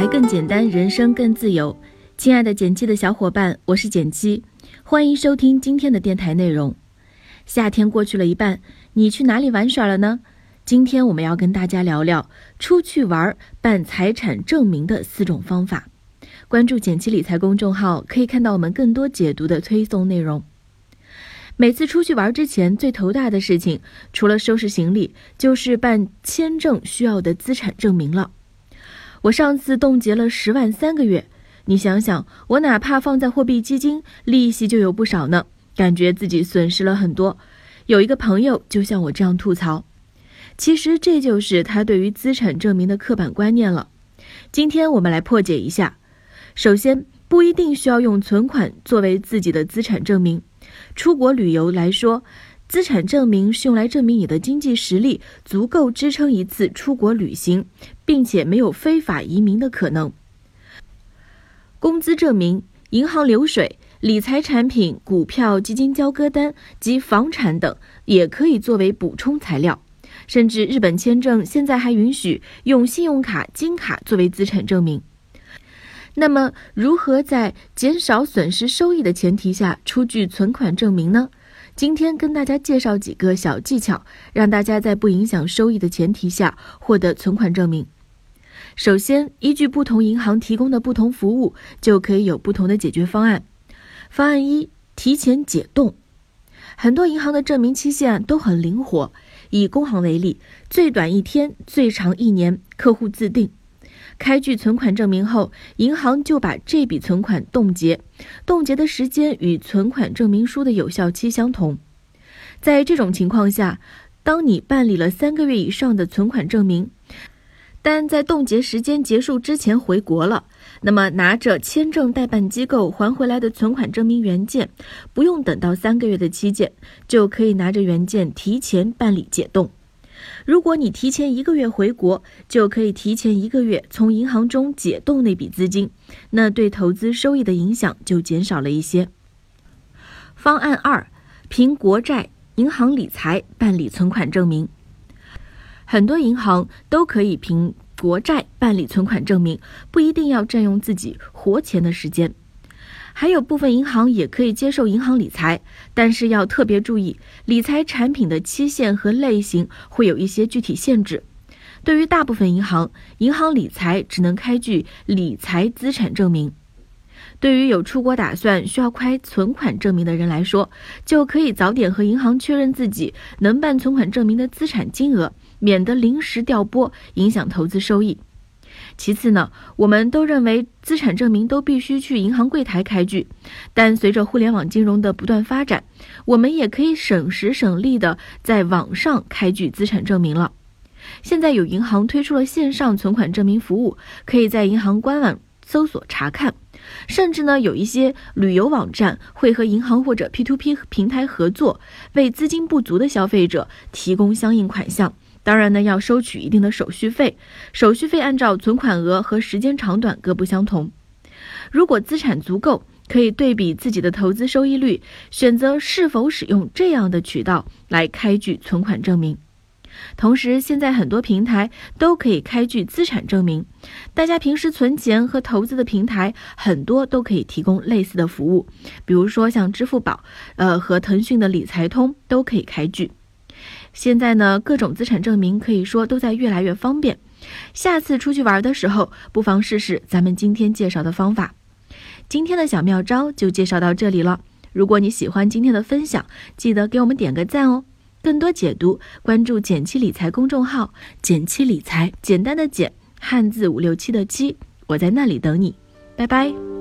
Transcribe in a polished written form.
财更简单，人生更自由。亲爱的简七的小伙伴，我是简七，欢迎收听今天的电台内容。夏天过去了一半，你去哪里玩耍了呢？今天我们要跟大家聊聊出去玩办财产证明的4种方法。关注简七理财公众号，可以看到我们更多解读的推送内容。每次出去玩之前，最头大的事情，除了收拾行李，就是办签证需要的资产证明了。我上次冻结了10万3个月，你想想，我哪怕放在货币基金，利息就有不少呢，感觉自己损失了很多。有一个朋友就像我这样吐槽，其实这就是他对于资产证明的刻板观念了。今天我们来破解一下。首先，不一定需要用存款作为自己的资产证明。出国旅游来说，资产证明是用来证明你的经济实力足够支撑一次出国旅行，并且没有非法移民的可能。工资证明、银行流水、理财产品、股票、基金交割单及房产等也可以作为补充材料。甚至日本签证现在还允许用信用卡、金卡作为资产证明。那么，如何在减少损失收益的前提下出具存款证明呢？今天跟大家介绍几个小技巧，让大家在不影响收益的前提下获得存款证明。首先，依据不同银行提供的不同服务，就可以有不同的解决方案。方案1：提前解冻。很多银行的证明期限都很灵活，以工行为例，最短1天，最长1年，客户自定。开具存款证明后，银行就把这笔存款冻结，冻结的时间与存款证明书的有效期相同。在这种情况下，当你办理了3个月以上的存款证明，但在冻结时间结束之前回国了，那么拿着签证代办机构还回来的存款证明原件，不用等到3个月的期限，就可以拿着原件提前办理解冻。如果你提前1个月回国，就可以提前1个月从银行中解冻那笔资金，那对投资收益的影响就减少了一些。方案2：凭国债、银行理财办理存款证明。很多银行都可以凭国债办理存款证明，不一定要占用自己活钱的时间。还有部分银行也可以接受银行理财，但是要特别注意，理财产品的期限和类型会有一些具体限制。对于大部分银行，银行理财只能开具理财资产证明。对于有出国打算需要开存款证明的人来说，就可以早点和银行确认自己能办存款证明的资产金额，免得临时调拨影响投资收益。其次呢，我们都认为资产证明都必须去银行柜台开具，但随着互联网金融的不断发展，我们也可以省时省力的在网上开具资产证明了。现在有银行推出了线上存款证明服务，可以在银行官网搜索查看，甚至呢有一些旅游网站会和银行或者 P2P 平台合作，为资金不足的消费者提供相应款项。当然呢，要收取一定的手续费，手续费按照存款额和时间长短各不相同。如果资产足够，可以对比自己的投资收益率，选择是否使用这样的渠道来开具存款证明。同时，现在很多平台都可以开具资产证明，大家平时存钱和投资的平台很多都可以提供类似的服务，比如说像支付宝和腾讯的理财通都可以开具。现在呢，各种资产证明可以说都在越来越方便。下次出去玩的时候，不妨试试咱们今天介绍的方法。今天的小妙招就介绍到这里了。如果你喜欢今天的分享，记得给我们点个赞哦。更多解读，关注简七理财公众号，简七理财，简单的简，汉字567的7，我在那里等你。拜拜。